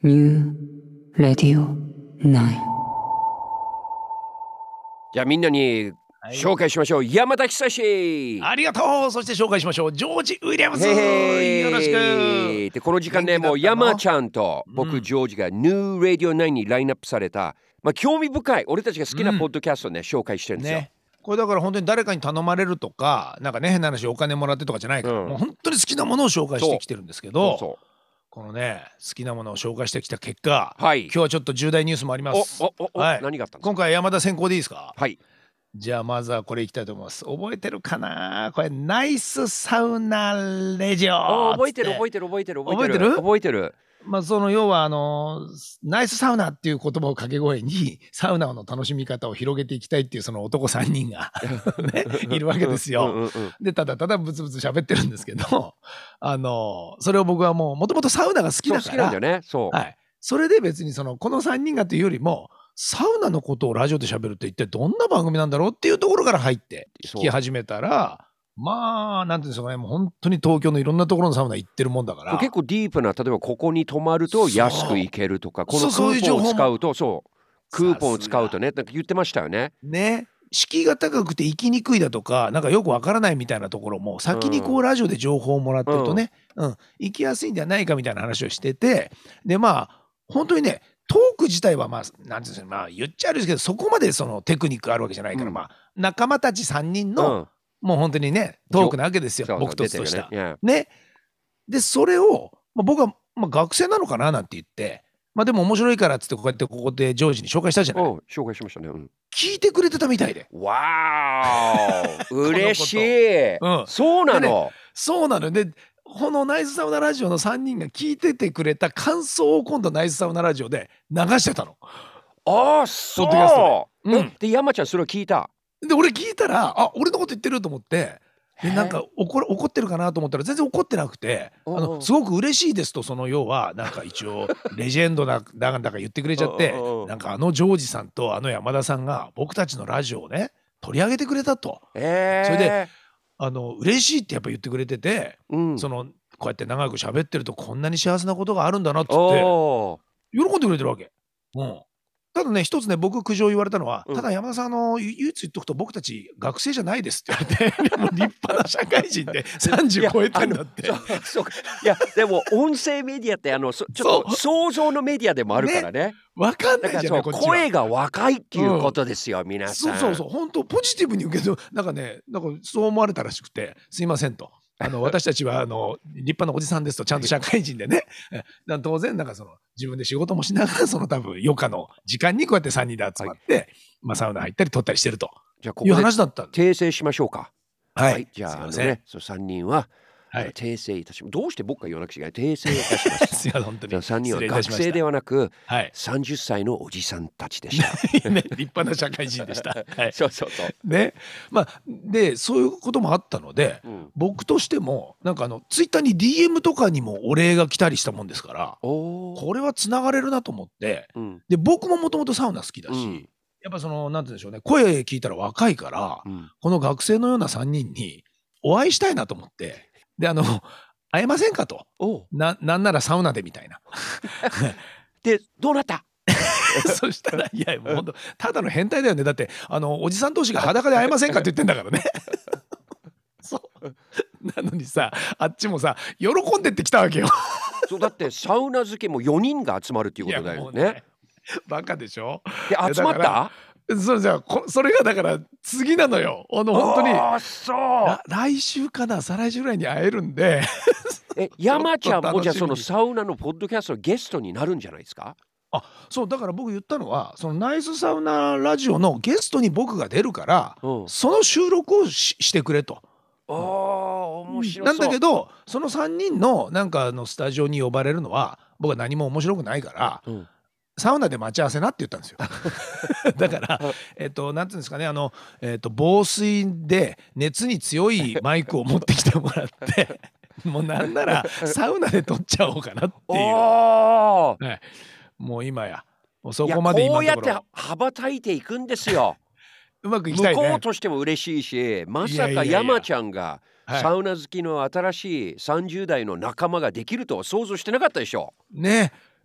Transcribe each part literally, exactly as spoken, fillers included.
New Radio ナイン。 じゃあみんなに紹介しましょう、はい、山田久志。 ありがとう。そして紹介しましょう、ジョージ・ウィリアムズ。 へーよろしく。 でこの時間ね、もう山ちゃんと僕、うん、ジョージが New Radio ナインにラインナップされた、まあ、興味深い俺たちが好きなポッドキャストをね、うん、紹介してるんですよ、 ね、これだから本当に誰かに頼まれるとか、なんかね変な話お金もらってとかじゃないから、うん、もう本当に好きなものを紹介してきてるんですけど、そうそう、このね好きなものを紹介してきた結果、はい、今日はちょっと重大ニュースもあります。 おおお、はい、何があったんですか？ 今回山田先行でいいですか？ はい。 じゃあまずはこれいきたいと思います。覚えてるかな、これナイスサウナレジオ。 覚えてる覚えてる覚えてる覚えてる覚えてる。 まあその要はあのナイスサウナっていう言葉を掛け声にサウナの楽しみ方を広げていきたいっていうその男さんにんが、ね、いるわけですよ。うんうんうん、でただただブツブツ喋ってるんですけど、あのそれを僕はもうもともとサウナが好きだから、 そう好きなんだよね。そう、 はい、それで別にそのこのさんにんがというよりもサウナのことをラジオで喋るって一体どんな番組なんだろうっていうところから入って聞き始めたら、まあなんていうんですかね、もう本当に東京のいろんなところのサウナ行ってるもんだから、 結構ディープな、例えばここに泊まると安く行けるとか、このクーポンを使うと、そうクーポンを使うとね、なんか言ってましたよね。 ね、敷居が高くて行きにくいだとか、なんかよくわからないみたいなところも先にこうラジオで情報をもらってるとね、うん、うん、行きやすいんじゃないかみたいな話をしてて、でまあ本当にねトーク自体はまあなんていうんですか、まあ言っちゃあるんですけど、そこまでそのテクニックあるわけじゃないから、うん、まあ仲間たちさんにんの、うん、もう本当にねトークなわけですよ、僕ととした、ね, ね。でそれを、まあ、僕は、まあ、学生なのかななんて言って、まあでも面白いからっつってこうやってここでジョージに紹介したじゃない。 うん、紹介しましたね、うん、 聞いてくれてたみたいで。 わー嬉しい、うん、そうなの、ね、 そうなので、このナイスサウナラジオのさんにんが聞いててくれた感想を今度ナイスサウナラジオで流してたの。 ああそう、うん、で山ちゃんそれを聞いた。 で俺聞いたら、あ俺のこと言ってると思って、でなんか怒怒ってるかなと思ったら全然怒ってなくて、あのすごく嬉しいですと、その要はなんか一応レジェンドだなんだか言ってくれちゃって、なんかあのジョージさんとあの山田さんが僕たちのラジオをね取り上げてくれたと、えー、それであの嬉しいってやっぱ言ってくれてて、うん、そのこうやって長く喋ってるとこんなに幸せなことがあるんだなっつって喜んでくれてるわけ。うん、ただね一つね僕苦情言われたのは、うん、ただ山田さんあの唯一言っとくと僕たち学生じゃないですって言われてもう立派な社会人でさんじゅう超えてんだって。い や, そういやでも音声メディアってあのちょっと想像のメディアでもあるからね。 分かんないじゃない、こっちは。 声が若いっていうことですよ、うん、皆さん。 そうそうそう、本当ポジティブに受け取る。なんかねなんかそう思われたらしくて、すいませんと。あの私たちはあの立派なおじさんですと、ちゃんと社会人でね当然なんかその自分で仕事もしながらその多分余暇の時間にこうやってさんにんで集まって、はい、まあ、サウナ入ったり撮ったりしてるという話だったんで、 訂正しましょうか。 はい、はい、 じゃあすいません、ね、そのさんにんは、はい、訂正いたします。どうして僕が言わなくちゃいけない？訂正いたします。 すいません、本当にさんにんは学生ではなく、 はい、 さんじゅっさいのおじさんたちでした、 ね、立派な社会人でした、はい、 そうそうそうね。まあでそういうこともあったので、うん、僕としてもなんかあのツイッターに ディーエム とかにもお礼が来たりしたもんですから、これはつながれるなと思って、うん、で僕ももともとサウナ好きだし、うん、やっぱそのなんて言うんでしょうね、声聞いたら若いから、うん、この学生のようなさんにんにお会いしたいなと思って、であの会えませんかと、な, なんならサウナでみたいなでどうなった？ そしたらいやもうほんとただの変態だよね。だってあのおじさん同士が裸で会えませんかって言ってんだからねそうなのにさ、あっちもさ喜んでってきたわけよそうだってサウナ好きもよにんが集まるっていうことだよ ね, ねバカでしょ。 で集まった？ それじゃあそれがだから次なのよ。あの本当にあそう来週かな再来週ぐらいに会えるんでえ山ちゃんもじゃあそのサウナのポッドキャストのゲストになるんじゃないですか？ あそうだから僕言ったのはそのナイスサウナラジオのゲストに僕が出るから、うん、その収録を し, してくれと。 ああ面白そうなんだけどそのさんにんのなんかのスタジオに呼ばれるのは僕は何も面白くないから、うん、サウナで待ち合わせなって言ったんですよだからえっとなんていうんですかね、あの、えっと、防水で熱に強いマイクを持ってきてもらってもうなんならサウナで撮っちゃおうかなっていう、はい、もう今やもうそこまで今のところこうやって羽ばたいていくんですようまくいきたいね。 向こうとしても嬉しいし、まさか山ちゃんがサウナ好きの新しいさんじゅう代の仲間ができるとは想像してなかったでしょ。 ね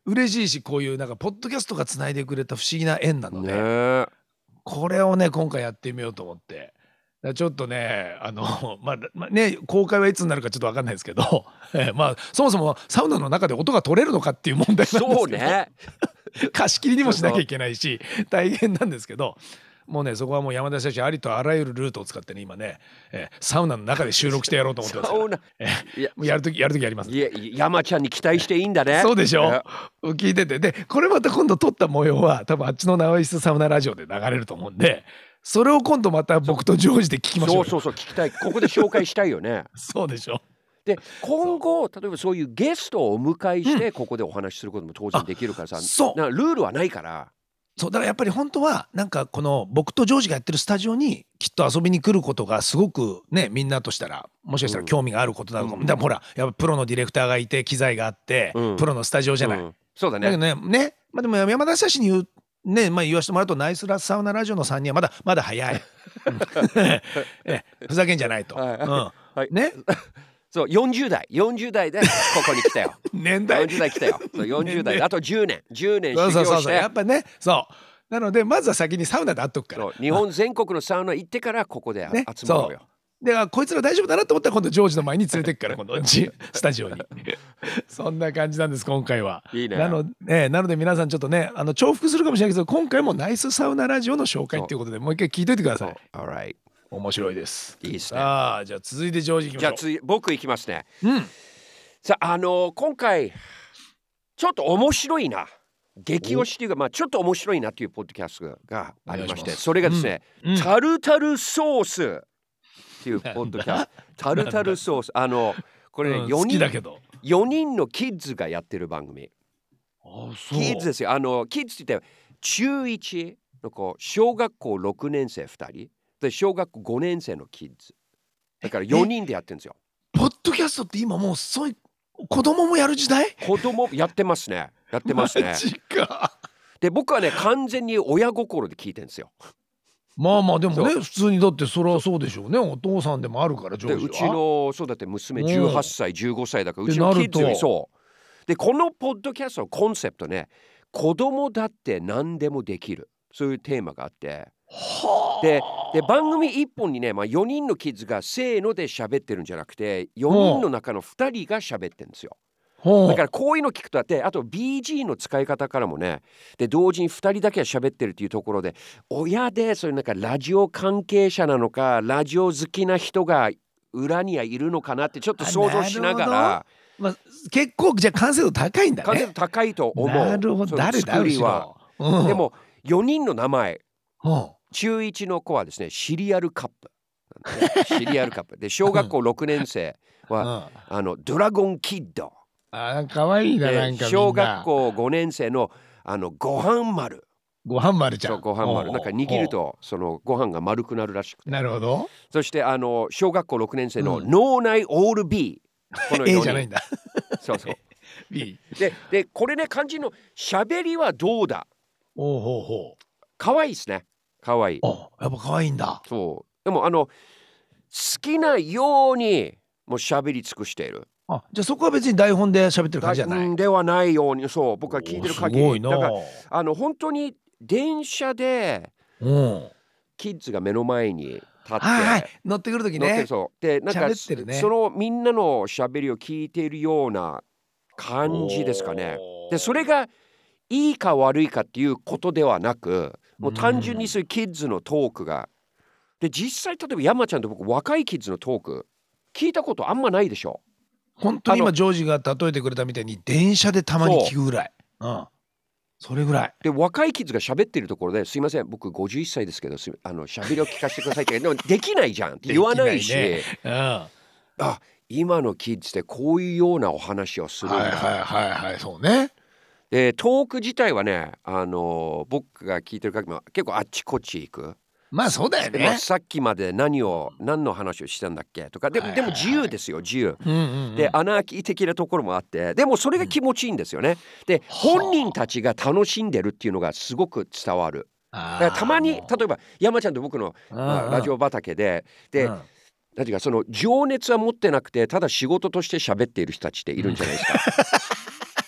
嬉しいし、こういうなんかポッドキャストがつないでくれた不思議な縁なので、 ねこれをね今回やってみようと思って。だからちょっとねあのまあ、まあ、ね公開はいつになるかちょっと分かんないですけど、えーまあそもそもサウナの中で音が取れるのかっていう問題なんですけど、 そうね。 貸し切りにもしなきゃいけないし大変なんですけど、もうねそこはもう山田選手ありとあらゆるルートを使ってね今ね、えーサウナの中で収録してやろうと思ってますから、 サウナえーいやもうやるときやるときやります。 いや山ちゃんに期待していいんだね。 そうでしょえ聞いてて、でこれまた今度撮った模様は多分あっちのナウイスサウナラジオで流れると思うんで、それを今度また僕とジョージで聞きましょうよ。 そうそうそう聞きたい。ここで紹介したいよね。 そうでしょ。 で今後例えばそういうゲストをお迎えしてここでお話しすることも当然できるからさ、 そうなルールはないから。 そうだからやっぱり本当はなんかこの僕とジョージがやってるスタジオにきっと遊びに来ることがすごくねみんなとしたらもしかしたら興味があることなのかも、 うんだからほらやっぱプロのディレクターがいて機材があって、 うんプロのスタジオじゃない、 うんそうだだけどね。 ねねまあでも山田久志に言うねまあ言わせてもらうとナイスラサウナラジオのさんにんはまだまだ早い、うんえふざけんじゃないと、 はいうんはいねそうよんじゅう代よんじゅう代でここに来たよ。 年代よんじゅう代来たよ。そうよんじゅう代であとじゅうねんじゅうねんそう修行してそうそうそうやっぱねそうなのでまずは先にサウナで会っとくからそう日本全国のサウナ行ってからここでね集まろうよ。 であこいつら大丈夫だなと思ったら今度ジョージの前に連れてくから今度ジスタジオにそんな感じなんです今回は。 いいね。 なの,、ね、なので皆さんちょっとねあの重複するかもしれないけど今回もナイスサウナラジオの紹介っていうことでもう一回聞いといてください。 そう Alright 面白いです。 いいですね。 さあじゃあ続いてジョージいきましょう。 じゃあ次僕行きますね。 うんさああの今回ちょっと面白いな激推しっていうかまあちょっと面白いなっていうポッドキャストがありまして、 お願いしますそれがですね、 うんうんタルタルソースっていうポッドキャストタルタルソースあのこれね、 うんよにん好きだけどよにんのキッズがやってる番組。 あそうキッズですよ。あのキッズって言って中いちの子小学校ろくねん生ふたりで小学校ごねん生のキッズだからよにんでやってるんですよ。 ポッドキャストって今もうそういう子供もやる時代子供やってますねやってますねマ。ジか。 で僕はね完全に親心で聞いてるんですよ。 まあまあでもねそう普通にだってそれはそうでしょうねお父さんでもあるからジョージはでうちのそうだって娘じゅうはっさいじゅうごさいだからうちってなるとのキッズにそうでこのポッドキャストのコンセプトね子供だって何でもできるそういうテーマがあってはあでで番組いっぽんにね、まあ、よにんのキッズがせーので喋ってるんじゃなくてよにんの中のふたりが喋ってるんですよ。 はあだからこういうの聞くとあってあと ビージー の使い方からもねで同時にふたりだけは喋ってるっていうところで親でそういうなんかラジオ関係者なのかラジオ好きな人が裏にはいるのかなってちょっと想像しながらまあ、結構じゃあ完成度高いんだね。 完全に高いと思う。 なるほどその誰だ作りは、 うん、 でもよにんの名前うん中いちの子はですねシリアルカップなんでねシリアルカップで小学校ろくねん生はうんあのドラゴンキッドあなんか可愛いななんでかみんな小学校ごねん生のあのご飯丸ご飯丸ちゃんそうご飯丸なんか握るとそのご飯が丸くなるらしくてなるほどそしてあの小学校ろくねん生のうん脳内オール B この A よにんじゃないんだそうそう B ででこれね漢字の喋りはどうだおうほうほ可愛いですね可愛いうあやっぱ可愛いんだそうでもあの好きなようにもう喋り尽くしているあじゃあそこは別に台本で喋ってる感じじゃないうんではないようにそう僕は聞いてる限おすごいなりだからあの本当に電車でうんキッズが目の前に立ってはいはい乗ってくる時ね乗ってるそうでなんか喋ってるねそのみんなの喋りを聞いているような感じですかね。でそれがいいか悪いかっていうことではなくもう単純にそういうキッズのトークがで実際例えば山ちゃんと僕若いキッズのトーク聞いたことあんまないでしょ。 本当にあの今ジョージが例えてくれたみたいに電車でたまに聞くぐらいうんそれぐらいで若いキッズが喋ってるところですいません僕ごじゅういっさいですけどすあの喋りを聞かせてくださいってでもできないじゃんって言わないしできないねうんあ今のキッズってこういうようなお話をするんだ、 はいはいはいはいそうねでトーク自体はねあの僕が聞いてる限りも結構あっちこっち行く、 まあそうだよでまあねさっきまで何を何の話をしたんだっけとかで,、 はいはいはいでも自由ですよ自由うんうんうんでアナーキー的なところもあってでもそれが気持ちいいんですよね、ではあ本人たちが楽しんでるっていうのがすごく伝わるあーだからたまに例えば山ちゃんと僕の、 うんまあラジオ畑でで、 うんなんていうかその情熱は持ってなくてただ仕事として喋っている人たちっているんじゃないですか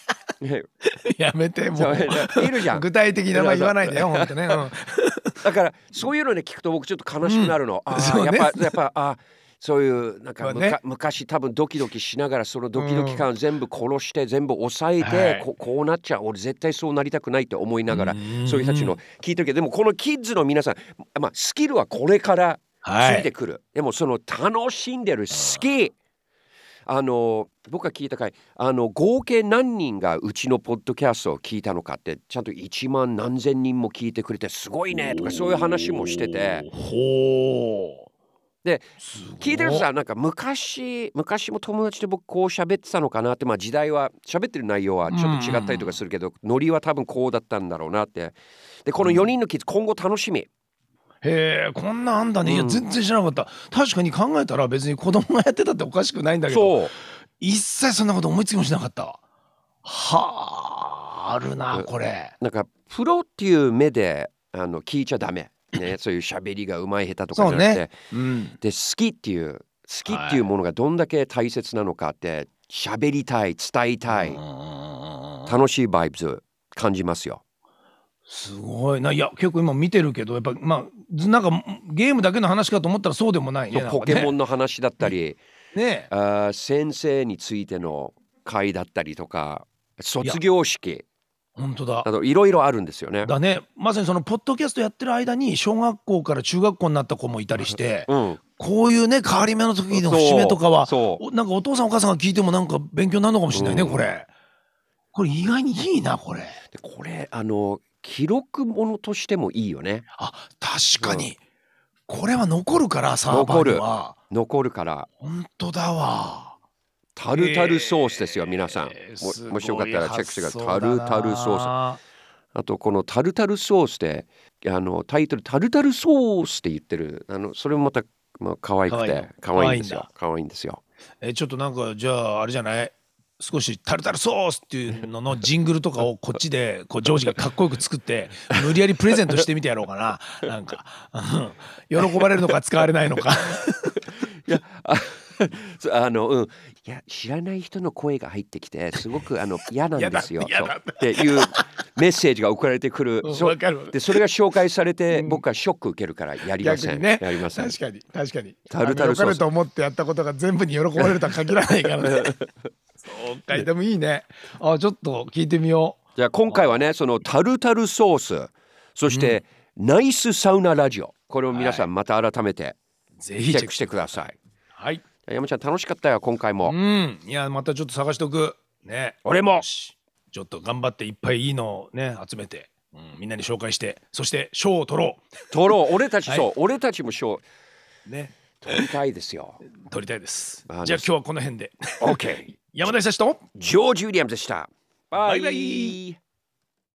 やめてもそうういるじゃん。 具体的な名前言わないでよ本当ね、うん、 だからそういうのね聞くと僕ちょっと悲しくなるの、 うんあそうねやっぱやっぱあそういうなんかむか、 まあね昔多分ドキドキしながらそのドキドキ感を全部殺して全部抑えて、 はいここうなっちゃう俺絶対そうなりたくないって思いながらうんそういう人たちの聞いてるけどでもこのキッズの皆さん、まあ、スキルはこれからついてくる、でもその楽しんでる好きあの僕が聞いた回あの合計何人がうちのポッドキャストを聞いたのかってちゃんといちまん何千人も聞いてくれてすごいねとかそういう話もしててほうで聞いてるとさなんか昔昔も友達と僕こう喋ってたのかなってまあ時代は喋ってる内容はちょっと違ったりとかするけど、ノリは多分こうだったんだろうなってでこのよにんのキッズ今後楽しみ、 へえこんなあんだね、いやうん全然知らなかった。確かに考えたら別に子供がやってたっておかしくないんだけどそう一切そんなこと思いつきもしなかった。はああるなこれ。 なんかプロっていう目であの聞いちゃダメねそういう喋りがうまい下手とかじゃなくて、 ねうんで好きっていう好きっていうものがどんだけ大切なのかって喋りたい伝えたい楽しいバイブズ感じますよ。 すごいないや結構今見てるけどやっぱまあなんかゲームだけの話かと思ったらそうでもないね。 そうポケモンの話だったり、 ねあー先生についての会だったりとか卒業式本当だなどいろいろあるんですよね。 だね。まさにそのポッドキャストやってる間に小学校から中学校になった子もいたりしてうん、 こういうね変わり目の時の節目とかはそうおなんかお父さんお母さんが聞いてもなんか勉強になるのかもしれないね、 うんこれこれ意外にいいなこれ。 でこれあの記録ものとしてもいいよね。 あ確かに、これは残るからサーバーには残るから本当だわ。 タルタルソースですよ、皆さんえーも。もしよかったらチェックしてください。タすごいルタルソース。 発あとこのタルタルソースであのタイトルタルタルソースって言ってるあのそれもまた、まあ、可愛くて可愛いんですよ。可愛いんですよ。 想だえちょっとなんかじゃああれじゃない少しタルタルソースっていうののジングルとかをこっちでこうジョージがかっこよく作って無理やりプレゼントしてみてやろうかな。なんか、うん、喜ばれるのか使われないのか。 いやああのうんいや知らない人の声が入ってきてすごくあの嫌なんですよ。 嫌だ嫌だそうっていうメッセージが送られてくる。 うんそうわかるわでそれが紹介されて、 うん僕はショック受けるからやりません。 逆にねやりません。 確かに確かにタルタルソースあの良かれと思ってやったことが全部に喜ばれるとは限らないからね。そうかいでもいいね。あちょっと聞いてみよう。 じゃあ今回はねそのタルタルソースそして、ナイスサウナラジオこれを皆さんまた改めてぜひチェックしてください。 はい。 山ちゃん楽しかったよ今回も。 うんいやまたちょっと探しとくね。 俺もよしちょっと頑張っていっぱいいいのをね集めて、うん、みんなに紹介してそして賞を取ろ取ろう俺たち、 はいそう俺たちも賞うね取りたいですよ。 取りたいです。 あのじゃあ今日はこの辺で OK 山田久志とジョージ・ウィリアムズでした。バイバイバイ